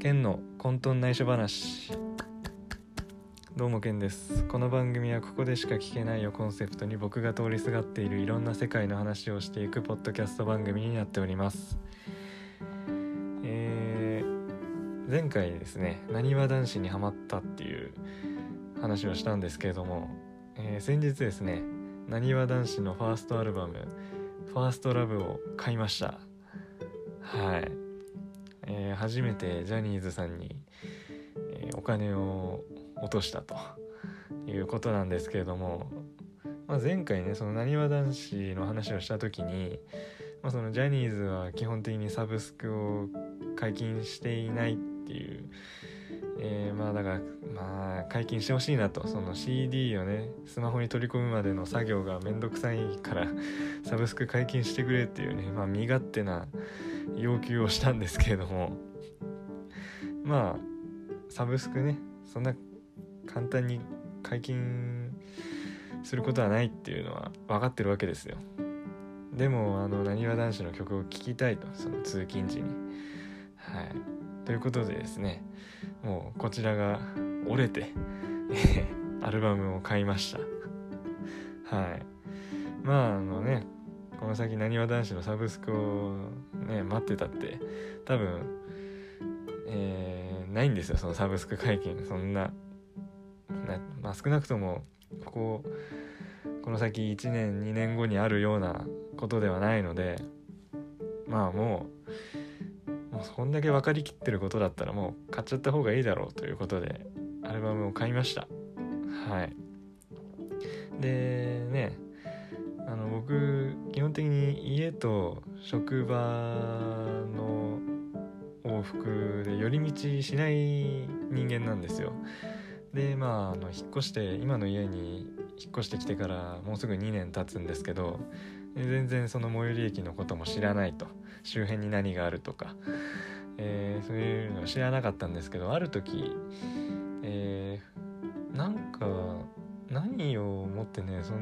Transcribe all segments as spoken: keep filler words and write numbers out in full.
ケンの混沌内緒話。どうもケンです。この番組はここでしか聞けないをコンセプトに僕が通りすがっているいろんな世界の話をしていくポッドキャスト番組になっております。えー、前回ですね、なにわ男子にハマったっていう話をしたんですけれども、えー、先日ですね、なにわ男子のファーストアルバムファーストラブを買いました。はい、えー、初めてジャニーズさんに、えー、お金を落としたということなんですけれども、まあ、前回ねそのなにわ男子の話をした時に、まあ、そのジャニーズは基本的にサブスクを解禁していないっていう、えー、まあだからまあ解禁してほしいなと、その シーディー をねスマホに取り込むまでの作業がめんどくさいからサブスク解禁してくれっていうね、まあ身勝手な要求をしたんですけれども、まあサブスクねそんな簡単に解禁することはないっていうのは分かってるわけですよ。でもあのなにわ男子の曲を聴きたいと、その通勤時に、はいということでですね、もうこちらが折れてアルバムを買いました。はいまああのねこの先なにわ男子のサブスクをね待ってたって多分、えー、ないんですよ、そのサブスク解禁。そんなな、まあ、少なくともこここの先いちねんにねんごにあるようなことではないので、まあもうもうこんだけ分かりきってることだったらもう買っちゃった方がいいだろうということでアルバムを買いました。はいでねあの僕基本的に家と職場の往復で寄り道しない人間なんですよ。でまああの引っ越して今の家に引っ越してきてからもうすぐにねん経つんですけど、全然その最寄り駅のことも知らないと、周辺に何があるとか、えー、そういうのを知らなかったんですけど、ある時、えー、なんか何をもってねその、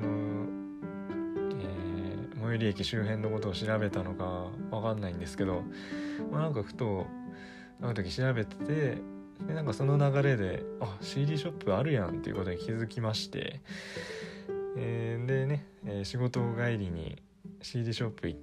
えー、最寄り駅周辺のことを調べたのかわかんないんですけど、まあ、なんかふとある時調べてて、でなんかその流れであ シーディー ショップあるやんっていうことに気づきまして、えー、でね、えー、仕事帰りに シーディー ショップ行って、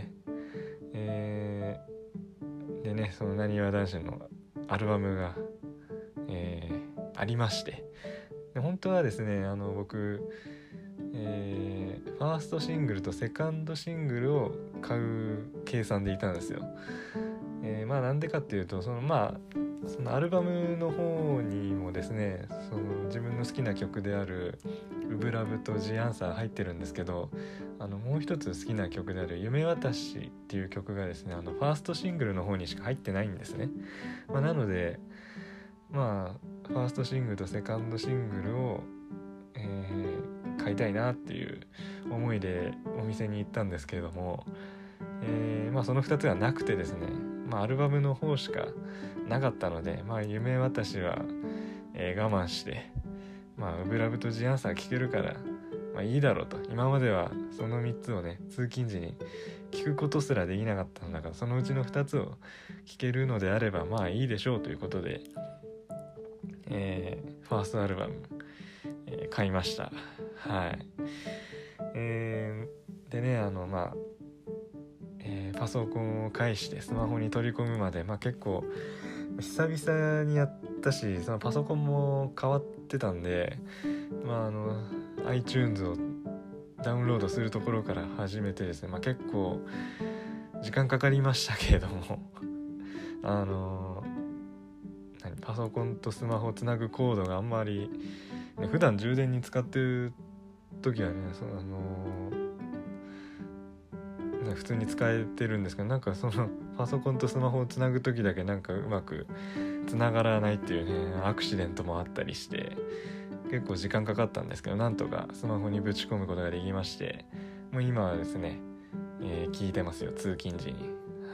えー、でねそのなにわ男子のアルバムが、えー、ありまして、で本当はですねあの僕、えー、ファーストシングルとセカンドシングルを買う計算でいたんですよ。えー、まあなんでかっていうと、そのまあそのアルバムの方にもですねその自分の好きな曲であるウブラブとジアンサー入ってるんですけど、あのもう一つ好きな曲である夢渡しっていう曲がですねあのファーストシングルの方にしか入ってないんですね。まあ、なのでまあファーストシングルとセカンドシングルを、えー、買いたいなっていう思いでお店に行ったんですけれども、えー、まあそのふたつがなくてですね、まあアルバムの方しかなかったので、まあ夢渡しは、えー、我慢して、まあウブラブとジアンサー聴けるからまあいいだろうと、今まではそのみっつをね通勤時に聴くことすらできなかったんだから、そのうちのふたつを聴けるのであればまあいいでしょうということで、えー、ファーストアルバム、えー、買いました。はい、えー、でねあのまあえー、パソコンを介してスマホに取り込むまで、まあ、結構久々にやったし、そのパソコンも変わってたんで、まあ、あの iTunes をダウンロードするところから始めてですね、まあ、結構時間かかりましたけれどもあの何パソコンとスマホをつなぐコードがあんまり、ね、普段充電に使ってる時はねそのあの普通に使えてるんですけど、なんかそのパソコンとスマホをつなぐ時だけなんかうまくつながらないっていうねアクシデントもあったりして結構時間かかったんですけど、なんとかスマホにぶち込むことができまして、もう今はですね、えー、聞いてますよ通勤時に。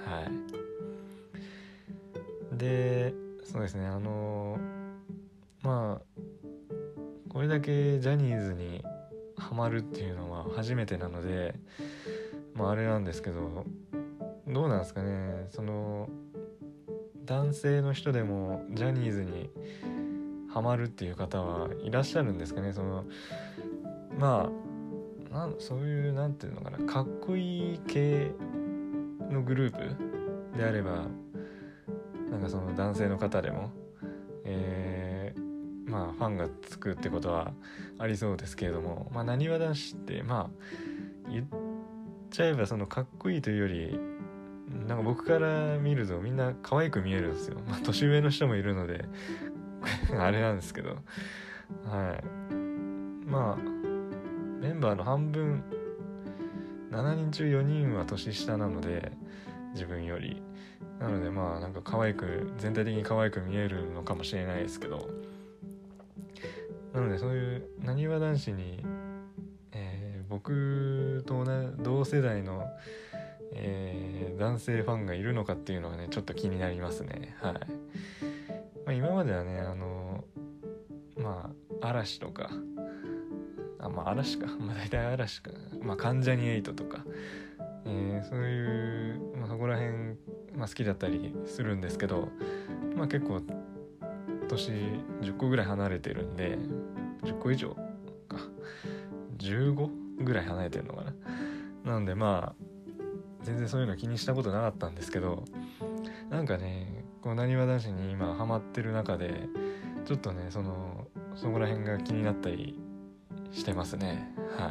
はいでそうですねあのー、まあこれだけジャニーズにハマるっていうのは初めてなので、まああれなんですけど、どうなんですかね、その男性の人でもジャニーズにハマるっていう方はいらっしゃるんですかね。そのまあなんそういうなんていうのかな、かっこいい系のグループであればなんかその男性の方でも、えー、まあファンがつくってことはありそうですけれども、まあなにわ男子ってまあ言っちゃえばそのかっこいいというよりなんか僕から見るとみんな可愛く見えるんですよ。まあ年上の人もいるのであれなんですけど、はい、まあメンバーの半分しちにん中よにんは年下なので自分よりなのでまあなんか可愛く全体的に可愛く見えるのかもしれないですけど、なのでそういうなにわ男子に、えー、僕と同世代の、えー、男性ファンがいるのかっていうのがねちょっと気になりますね。はい、まあ、今まではねあのまあ嵐とかあまあ嵐かまあ大体嵐かまあ関ジャニエイトとか、えー、そういう、まあ、そこら辺、まあ、好きだったりするんですけど、まあ結構年じゅっこぐらい離れてるんでじゅっこ以上かじゅうごぐらい離れてるのかな。なのでまあ全然そういうの気にしたことなかったんですけど、なんかねこうなにわ男子に今ハマってる中でちょっとねそのそこら辺が気になったりしてますね。はい。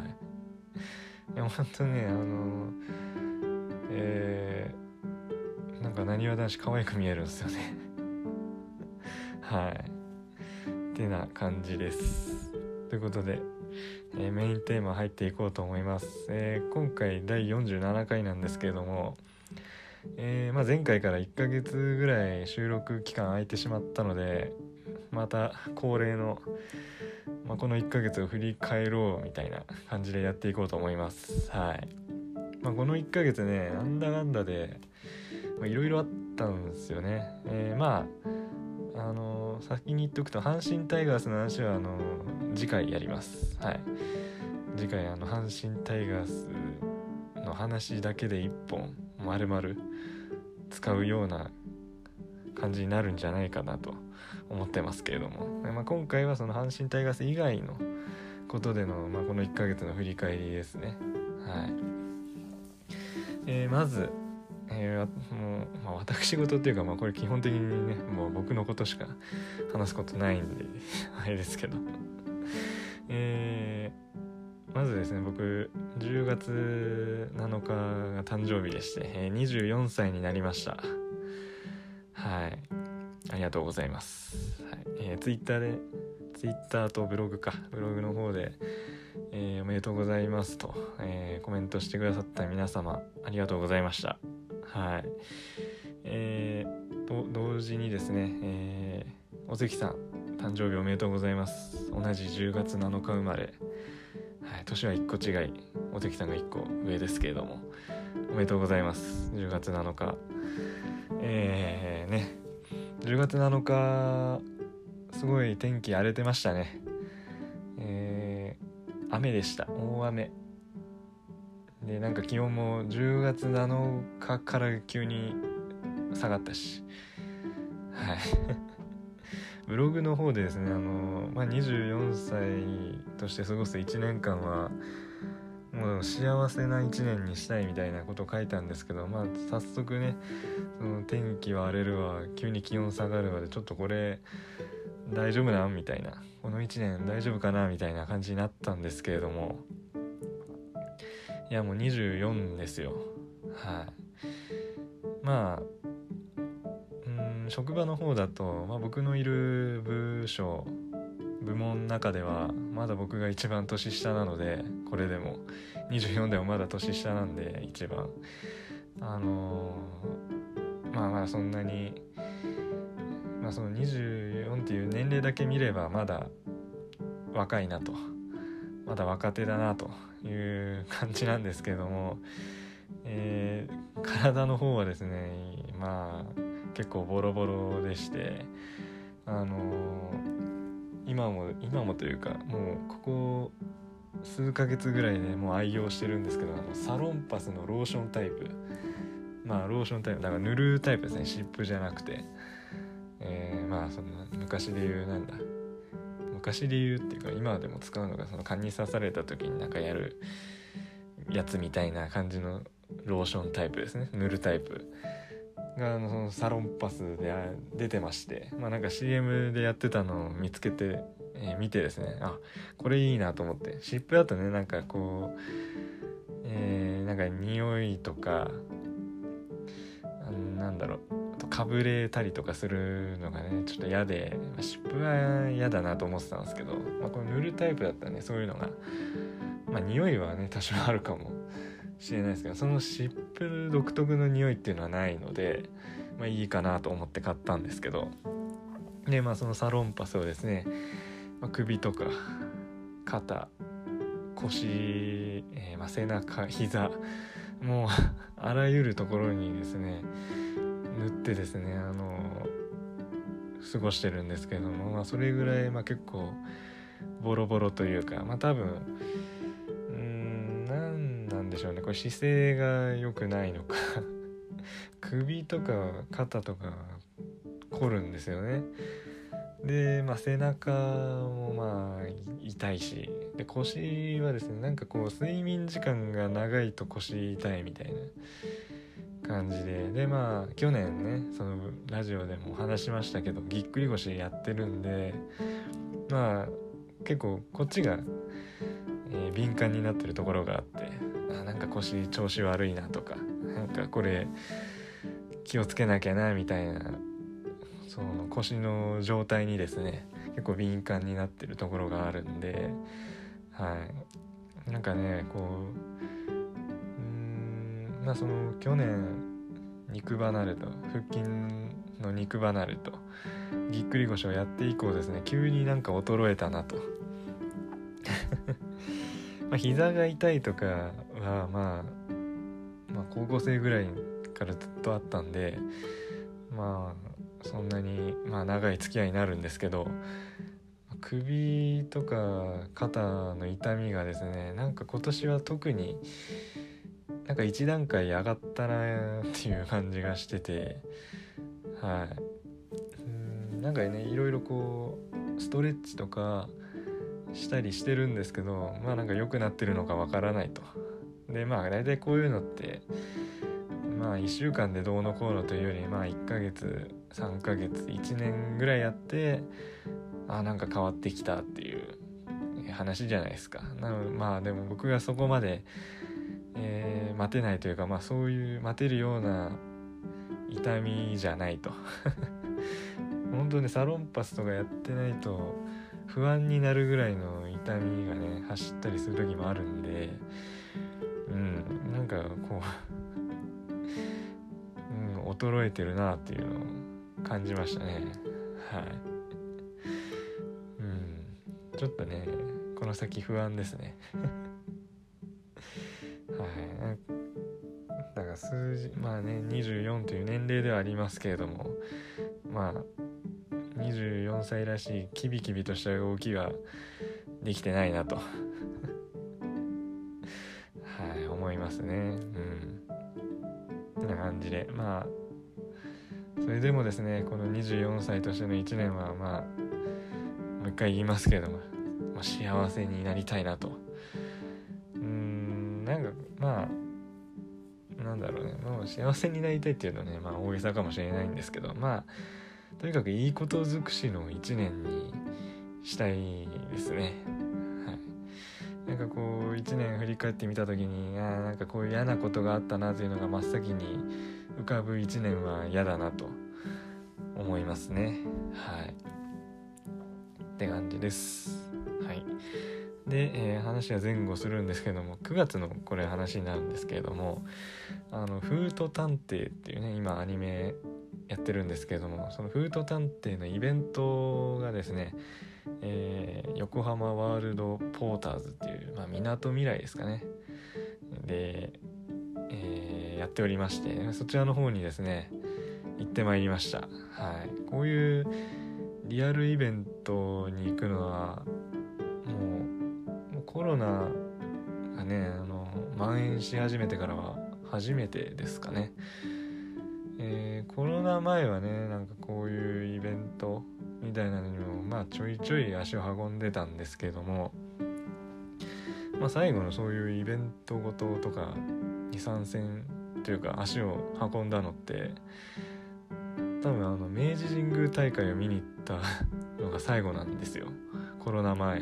いや本当ねあのえー、なんかなにわ男子可愛く見えるんですよねはいってな感じです。ということで、えー、メインテーマ入っていこうと思います。えー、今回だいよんじゅうななかいなんですけれども、えーまあ、前回からいっかげつぐらい収録期間空いてしまったのでまた恒例の、まあ、このいっかげつを振り返ろうみたいな感じでやっていこうと思います。はい、まあ、このいっかげつねなんだかんだでいろいろあったんですよね。えー、まああのー、先に言っておくと阪神タイガースの話はあのー、次回やります。はい、次回あの阪神タイガースの話だけでいっぽん丸々使うような感じになるんじゃないかなと思ってますけれども、まあ、今回はその阪神タイガース以外のことでの、まあ、このいっかげつの振り返りですね。はい、えー、まず、えー、もう、まあ、私事っていうか、まあ、これ基本的にねもう僕のことしか話すことないんであれですけどえー、まずですね僕じゅうがつなのかが誕生日でして、えー、にじゅうよんさいになりました。はい、ありがとうございます。はい、えー、ツイッターでツイッターとブログかブログの方で、えー、おめでとうございますと、えー、コメントしてくださった皆様ありがとうございました。はい、えー、と同時にですね、えー、お関さん誕生日おめでとうございます。同じじゅうがつなのか生まれ、はい、年はいっこ違い、お関さんがいっこ上ですけれどもおめでとうございます。じゅうがつなのか、えーねじゅうがつなのかすごい天気荒れてましたね。えー、雨でした。大雨でなんか気温もじゅうがつなのかから急に下がったし、はいブログの方でですねあの、まあ、にじゅうよんさいとして過ごすいちねんかんはもう幸せないちねんにしたいみたいなことを書いたんですけど、まあ早速ねその天気は荒れるわ急に気温下がるわでちょっとこれ大丈夫なんみたいな、このいちねん大丈夫かなみたいな感じになったんですけれども、いやもうにじゅうよんですよ。はい、まあうん職場の方だと、まあ、僕のいる部署部門の中ではまだ僕が一番年下なので、これでもにじゅうよんでもまだ年下なんで一番あのー、まあまあそんなにまあそのにじゅうよんっていう年齢だけ見ればまだ若いなと、まだ若手だなという感じなんですけども、えー、体の方はですねまあ結構ボロボロでして、あのー、今も今もというかもうここ数ヶ月ぐらいでもう愛用してるんですけど、あのサロンパスのローションタイプ、まあローションタイプだから塗るタイプですね、湿布じゃなくて、 まあその昔で言うなんだ昔で言うっていうか今でも使うのがその蚊に刺された時になんかやるやつみたいな感じのローションタイプですね、塗るタイプがあのそのサロンパスで出てまして、まあなんか シーエム でやってたのを見つけて、えー、見てですね、あこれいいなと思って、湿布だとねなんかこう、えー、なんか匂いとかあなんだろうあとかぶれたりとかするのがねちょっと嫌で、まあ、湿布は嫌だなと思ってたんですけど、まあ、この塗るタイプだったらねそういうのがまあ匂いはね多少あるかもしれないですけど、その湿布独特の匂いっていうのはないので、まあいいかなと思って買ったんですけど、でまあそのサロンパスをですね、まあ、首とか肩腰、えーまあ、背中膝もうあらゆるところにですね塗ってですねあの過ごしてるんですけども、まあ、それぐらい、まあ、結構ボロボロというか、まあ多分うーんなんなんでしょうね、これ姿勢が良くないのか首とか肩とか凝るんですよね。で、まあ、背中もまあ痛いし、で腰はですねなんかこう睡眠時間が長いと腰痛いみたいな感じで、でまあ去年ねそのラジオでも話しましたけどぎっくり腰やってるんで、まあ結構こっちが、えー、敏感になってるところがあって、あなんか腰調子悪いなとか、なんかこれ気をつけなきゃなみたいな、その腰の状態にですね結構敏感になってるところがあるんで、はいなんかねこううーんまあその去年肉離れと腹筋の肉離れとぎっくり腰をやって以降ですね急になんか衰えたなとまあ膝が痛いとかは、まあ、まあ高校生ぐらいからずっとあったんで、まあそんなに、まあ、長い付き合いになるんですけど、首とか肩の痛みがですねなんか今年は特になんか一段階上がったなっていう感じがしてて、はいうんなんかねいろいろこうストレッチとかしたりしてるんですけど、まあなんか良くなってるのかわからないと。でまあ大体こういうのってまあいっしゅうかんでどうのこうのというよりまあいっかげつさんかげついちねんぐらいやってあなんか変わってきたっていう話じゃないですか。なのでまあでも僕がそこまで、えー、待てないというか、まあそういう待てるような痛みじゃないと本当ねサロンパスとかやってないと不安になるぐらいの痛みがね走ったりする時もあるんで、うんなんかこう、うん、衰えてるなっていうのを感じましたね。はいうんちょっとねこの先不安ですねはいだから数字まあねにじゅうよんという年齢ではありますけれども、まあにじゅうよんさいらしいキビキビとした動きができてないなとはい思いますね。うんこんな感じでまあそれでもですねこのにじゅうよんさいとしてのいちねんはまあもう一回言いますけれども、まあ、幸せになりたいなと。うーんなんかまあなんだろうねもう幸せになりたいっていうのはねまあ大げさかもしれないんですけど、まあとにかくいいこと尽くしのいちねんにしたいですね。はいなんかこういちねん振り返ってみた時にあなんかこういう嫌なことがあったなというのが真っ先に浮かぶいちねんは嫌だなと思いますね。はいって感じです。はいで、えー、話は前後するんですけどもくがつのこれ話になるんですけれども、あのフート探偵っていうね今アニメやってるんですけれども、そのフート探偵のイベントがですね、えー、横浜ワールドポーターズっていう、まあ、港未来ですかねで、えー、やっておりまして、そちらの方にですね行ってまいりました。はい、こういうリアルイベントに行くのはもう、もうコロナがねあの蔓延し始めてからは初めてですかね。 えー、コロナ前はねなんかこういうイベントみたいなのにもまあちょいちょい足を運んでたんですけども、まあ、最後のそういうイベントごととかに参戦というか足を運んだのって多分あの明治神宮大会を見に行ったのが最後なんですよ、コロナ前、うん、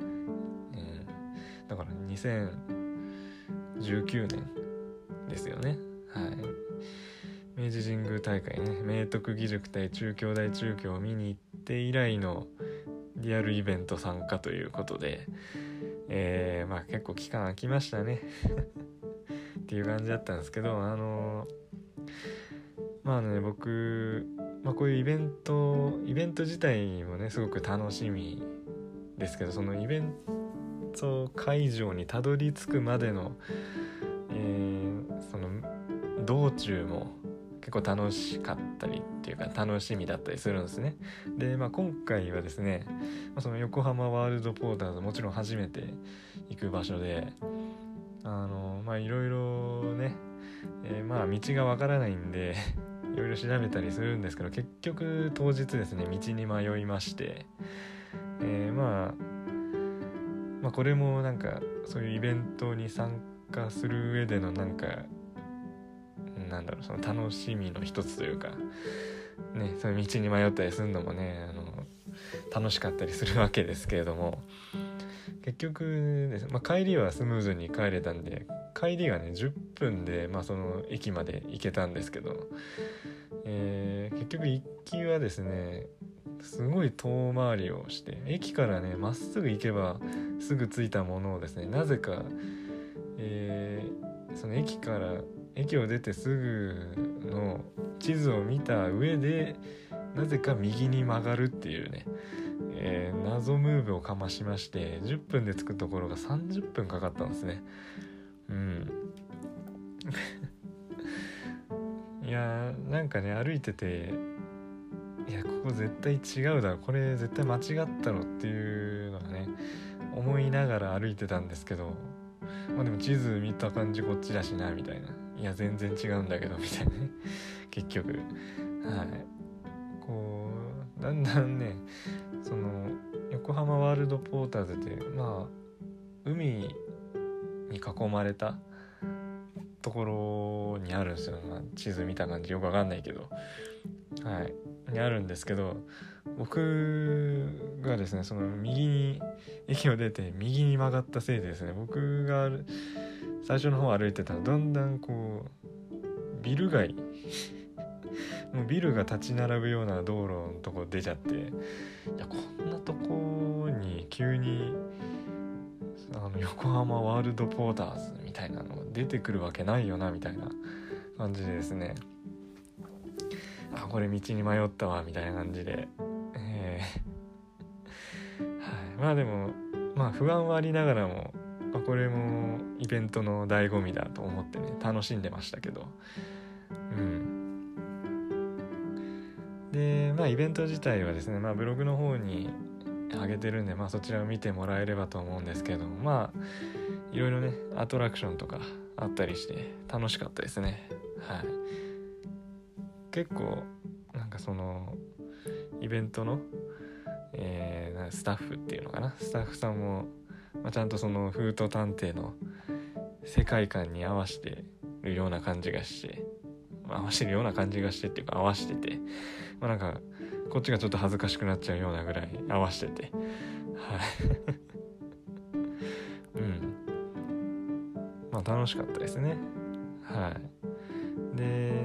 だからにせんじゅうきゅうねんですよね。はい、明治神宮大会ね、明徳義塾対中京大中京を見に行って以来のリアルイベント参加ということで、えー、まあ結構期間空きましたねっていう感じだったんですけど、あのー、まあね僕、まあ、こういうイベントイベント自体もねすごく楽しみですけど、そのイベント会場にたどり着くまでの、えー、その道中も結構楽しかったりっていうか楽しみだったりするんですね。で、まあ、今回はですね、まあ、その横浜ワールドポーターズもちろん初めて行く場所で、あのまあいろいろね、えー、まあ道がわからないんでいろいろ調べたりするんですけど、結局当日ですね道に迷いまして、えー、まあまあこれもなんかそういうイベントに参加する上でのなんかなんだろうその楽しみの一つというかね、そういう道に迷ったりするのもねあの楽しかったりするわけですけれども、結局ですね、まあ、帰りはスムーズに帰れたんで、帰りがねじゅっぷんで、まあ、その駅まで行けたんですけど、えー、結局行きはですねすごい遠回りをして、駅からねまっすぐ行けばすぐ着いたものをですね、なぜか、えー、その駅から駅を出てすぐの地図を見た上でなぜか右に曲がるっていうね、えー、謎ムーブをかましまして、じゅっぷんで着くところがさんじゅっぷんかかったんですね。うんいやーなんかね歩いてて、いやここ絶対違うだろ、これ絶対間違ったろっていうのがね思いながら歩いてたんですけど、まあでも地図見た感じこっちだしなみたいな、いや全然違うんだけどみたいなね結局はいこうだんだんねその横浜ワールドポーターズってまあ海に囲まれたところにあるんですよ、まあ、地図見た感じよくわかんないけどはいにあるんですけど、僕がですねその右に駅を出て右に曲がったせいでですね、僕が最初の方歩いてたらだんだんこうビル街もうビルが立ち並ぶような道路のとこ出ちゃって、いやこんなとこに急にあの横浜ワールドポーターズみたいなのが出てくるわけないよなみたいな感じでですね、あこれ道に迷ったわみたいな感じで、えーはい、まあでもまあ不安はありながらも、まあ、これもイベントの醍醐味だと思ってね楽しんでましたけど、うんでまあイベント自体はですね、まあブログの方に上げてるんで、まあそちらを見てもらえればと思うんですけど、まあいろいろねアトラクションとかあったりして楽しかったですね。はい、結構なんかそのイベントの、えー、スタッフっていうのかな、スタッフさんも、まあ、ちゃんとそのフート探偵の世界観に合わせてるような感じがして、合わせてるような感じがしてっていうか合わせてて、まあなんかこっちがちょっと恥ずかしくなっちゃうようなぐらい合わせてて、はいうんまあ楽しかったですね。はいで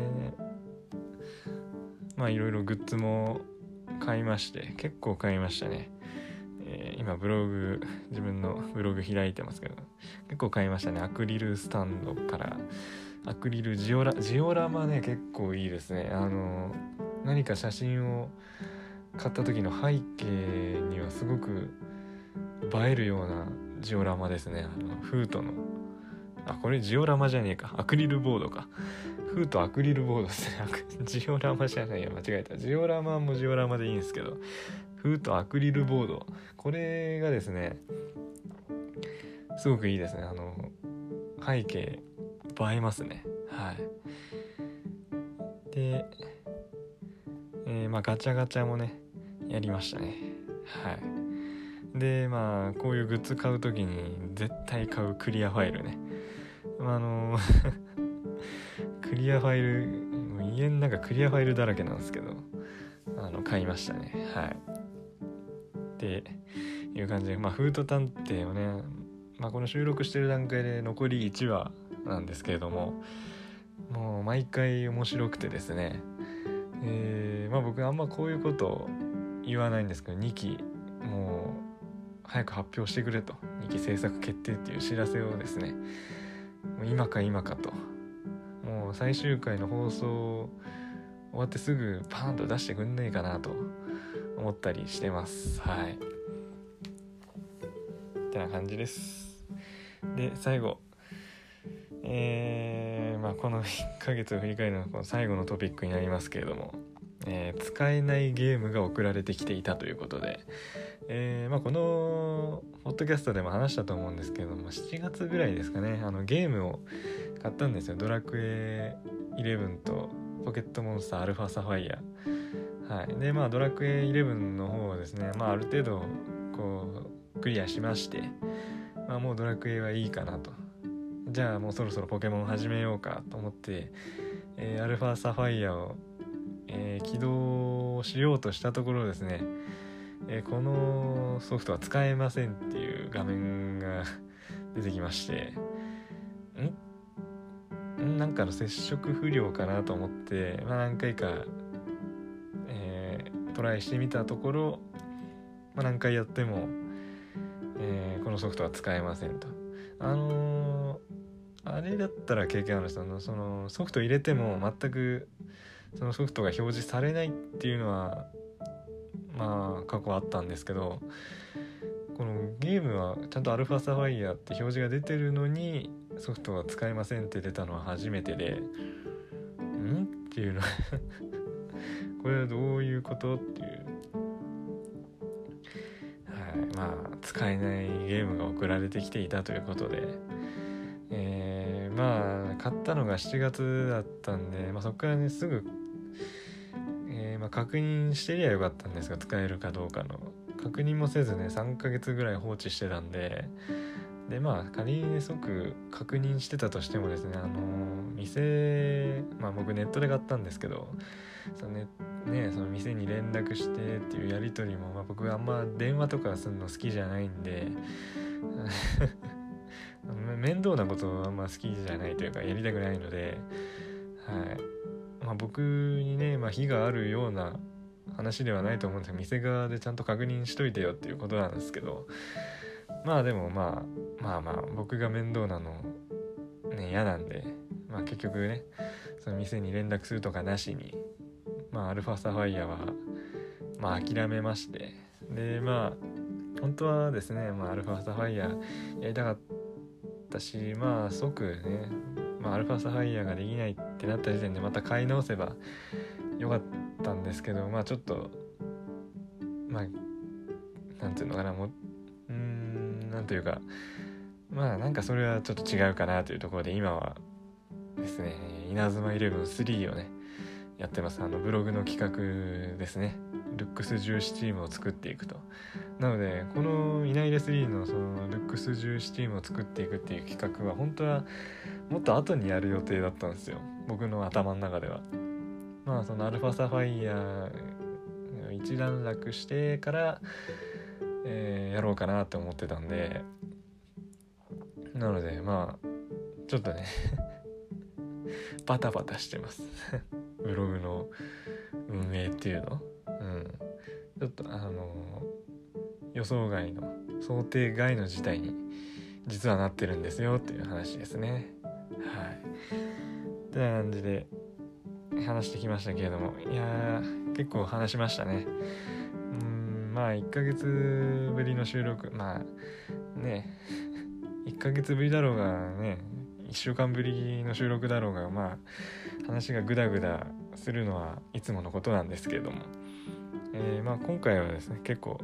まあいろいろグッズも買いまして、結構買いましたね。えー、今ブログ自分のブログ開いてますけど結構買いましたね。アクリルスタンドからアクリルジオラジオラマね結構いいですね。あの何か写真を買った時の背景にはすごく映えるようなジオラマですね。あのフートのあこれジオラマじゃねえか、アクリルボードか、フートアクリルボードですね。ジオラマじゃないや間違えた、ジオラマもジオラマでいいんですけど、フートアクリルボード、これがですねすごくいいですね。あの背景映えますね。はいで、えー、まあガチャガチャもねやりましたね。はい。でまあこういうグッズ買うときに絶対買うクリアファイルね、まあ、あのクリアファイル、家の中クリアファイルだらけなんですけど、あの買いましたね。はい。っていう感じで、まあフート探偵をね、まあこの収録してる段階で残りいちわなんですけれども、もう毎回面白くてですね、えー、まあ僕あんまこういうこと言わないんですけど、にきもう早く発表してくれと、にき制作決定っていう知らせをですね、もう今か今かと、もう最終回の放送終わってすぐパーンと出してくんねえかなと思ったりしてます。はい。ってな感じです。で最後、えー、まあこのいっかげつを振り返るのこの最後のトピックになりますけれども、えー、使えないゲームが送られてきていたということで、えーまあ、このポッドキャストでも話したと思うんですけれども、しちがつぐらいですかね、あのゲームを買ったんですよ。ドラクエイレブンとポケットモンスターアルファサファイア。はい。でまあドラクエイレブンの方はですね、まあある程度こうクリアしまして、まあもうドラクエはいいかなと。じゃあもうそろそろポケモン始めようかと思って、えー、アルファサファイアを、えー、起動しようとしたところですね、えー、このソフトは使えませんっていう画面が出てきまして、んなんかの接触不良かなと思って、まあ、何回か、えー、トライしてみたところ、まあ、何回やっても、えー、このソフトは使えませんと。あのー、あれだったら経験ある人のそのソフト入れても全くそのソフトが表示されないっていうのはまあ過去あったんですけど、このゲームはちゃんとアルファサファイアって表示が出てるのにソフトは使えませんって出たのは初めてで、んっていうのこれはどういうことっていう、はい、まあ使えないゲームが送られてきていたということで、えー、まあ買ったのがしちがつだったんで、まあ、そこからねすぐ、えーまあ、確認してりゃよかったんですが、使えるかどうかの確認もせずねさんかげつぐらい放置してたんで、でまあ仮に即確認してたとしてもですね、あの店、まあ僕ネットで買ったんですけど、その ね, ねその店に連絡してっていうやり取りも、まあ、僕あんま電話とかするの好きじゃないんで面倒なことはあんま好きじゃないというかやりたくないので、はい、まあ僕にね、まあ、非があるような話ではないと思うんですけど、店側でちゃんと確認しといてよっていうことなんですけど、まあでもまあまあまあ僕が面倒なのね嫌なんで、まあ結局ねその店に連絡するとかなしに、まあアルファサファイアはまあ諦めまして、でまあ本当はですね、まあアルファサファイアやりたかったし、まあ即ね、まあアルファサファイアができないってなった時点でまた買い直せばよかったんですけど、まあちょっとまあなんていうのかな、もううーんなんというか、まあなんかそれはちょっと違うかなというところで、今はですね稲妻イレブンスリーをねやってます。あのブログの企画ですね、ルックス重視チームを作っていくと。なのでこの稲入れスリーのそのルックス重視チームを作っていくっていう企画は本当はもっと後にやる予定だったんですよ、僕の頭の中では。まあそのアルファサファイア一段落してから、えー、やろうかなって思ってたんで、なのでまあちょっとねバタバタしてますブログの運営っていうの、うん、ちょっとあの予想外の想定外の事態に実はなってるんですよっていう話ですね。はい。ってな感じで話してきましたけれども、いやー結構話しましたね。うーんまあいっかげつぶりの収録、まあねいっかげつぶりだろうがねいっしゅうかんぶりの収録だろうが、まあ話がグダグダするのはいつものことなんですけれども、えー、まあ今回はですね結構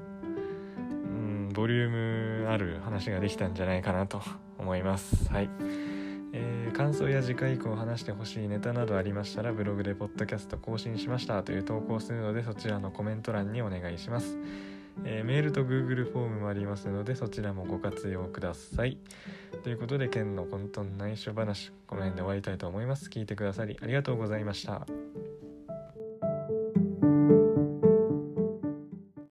うんボリュームある話ができたんじゃないかなと思います。はい、 えー、感想や次回以降話してほしいネタなどありましたらブログでポッドキャスト更新しましたという投稿をするので、そちらのコメント欄にお願いします。えー、メールと Google フォームもありますので、そちらもご活用ください。ということで、ケンの混沌内緒話、この辺で終わりたいと思います。聞いてくださりありがとうございました。